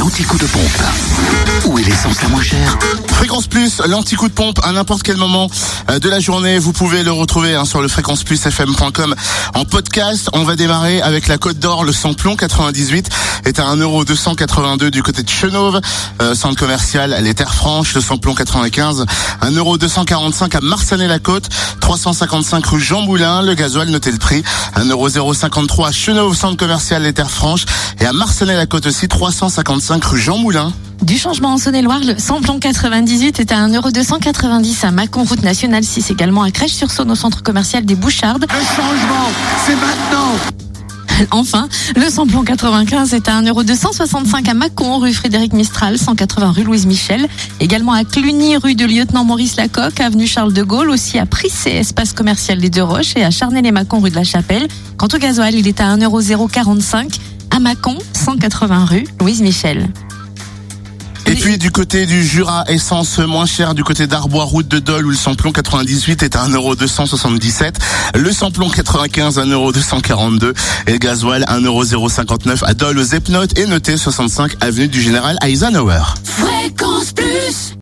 l'anti-coup de pompe. Où est l'essence la moins chère? Fréquence Plus, l'anti-coup de pompe à n'importe quel moment de la journée. Vous pouvez le retrouver sur le fréquenceplusfm.com en podcast. On va démarrer avec la Côte d'Or. Le samplon 98 est à 1,282€ du côté de Chenauve. Centre commercial Les Terres Franches. Le samplon 95, 1,245€ à Marsanet-la-Côte. 355 rue Jean Moulin. Le gasoil, notez le prix, 1,053€ à Chenauve, centre commercial Les Terres Franches. Et à Marsanet-la-Côte aussi, 355 rue Jean Moulin. Du changement en Saône-et-Loire, le samplon 98 est à 1,290€ à Mâcon, route nationale 6, également à Crèche-sur-Saône au centre commercial des Bouchardes. Le changement, c'est maintenant! Enfin, le samplon 95 est à 1,265€ à Mâcon, rue Frédéric Mistral, 180 rue Louise Michel. Également à Cluny, rue de Lieutenant Maurice Lacocque, avenue Charles de Gaulle, aussi à Prissé, espace commercial des Deux Roches, et à Charnay-les-Mâcon, rue de la Chapelle. Quant au gasoil, il est à 1,045€ à Mâcon, 180 rue Louise Michel. Et puis du côté du Jura, essence moins chère du côté d'Arbois, route de Dole, où le samplon 98 est à 1,277€. Le samplon 95, 1,242€. Et le gasoil, 1,059€ à Dole, aux Epnotes, et noté 65 avenue du Général Eisenhower. Fréquence.